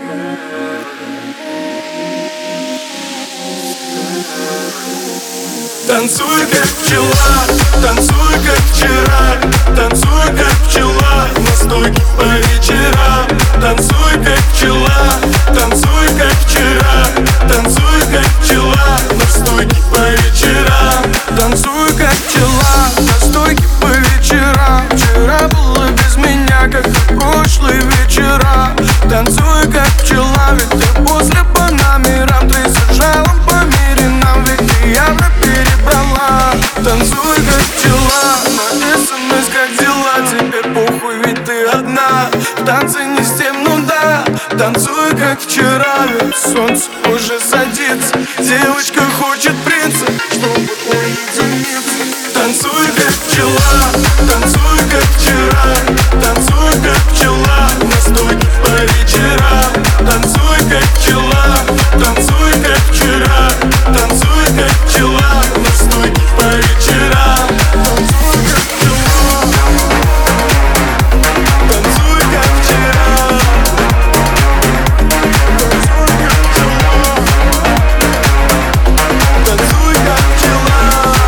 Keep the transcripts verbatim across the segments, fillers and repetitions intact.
Танцуй, как пчела, танцуй, как вчера, танцуй, как пчела, на стойке по вечерам. Танцуй, как пчела, танцуй, как вчера, танцуй, как пчела, на стойке по вечерам. Танцуй, как пчела, на стойке по вечерам. Вчера было без меня, как и прошлые вечера. Танцуй, как пчела, ведь ты после по номерам. Ты сажалом по мире нам, ведь ты явно перебрала. Танцуй, как пчела, на смс, как дела. Тебе похуй, ведь ты одна. В танце не с тем, ну да. Танцуй, как вчера, ведь солнце уже садится. Девочка хочет принца, чтобы уединиться. Танцуй, как пчела, танцуй, как вчера, танцуй, как пчела, на стойке по вечерам. Танцуй, как пчела, танцуй, как вчера, танцуй, как пчела, на стойке по вечерам. Танцуй, как пчела, танцуй, как вчера, танцуй, как пчела, танцуй, как пчела,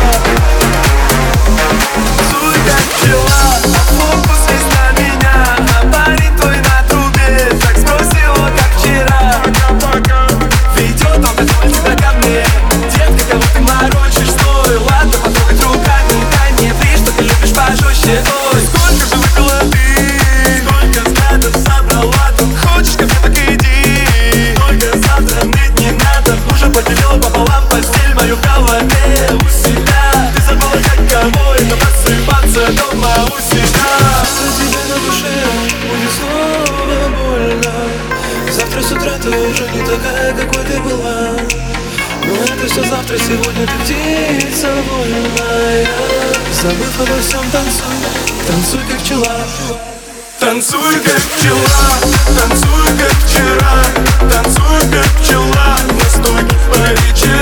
танцуй, как пчела. Фокус весь на меня, а парень твой на трубе. Так сбрось его, как вчера. Ведет он так тебя ко мне. Детка, кого ты морочишь, стой. Ладно, потрогать руками, дай мне фри, что ты любишь пожестче. Ой, сколько же выпила ты, сколько взглядов собрала тут. Хочешь ко мне, так иди. Только завтра ныть не надо. Уже поделила пополам постель мою в голове у себя. Ты забыла, как кого это просыпаться дома у себя. За тебя на душе будет снова больно. Завтра с утра ты уже не такая, какой ты была. Но это все завтра, сегодня ты птица вольная. Забыв обо всем, танцуй, танцуй, как пчела. Танцуй, как пчела, танцуй, как вчера, танцуй, как пчела, на стойке по вечерам.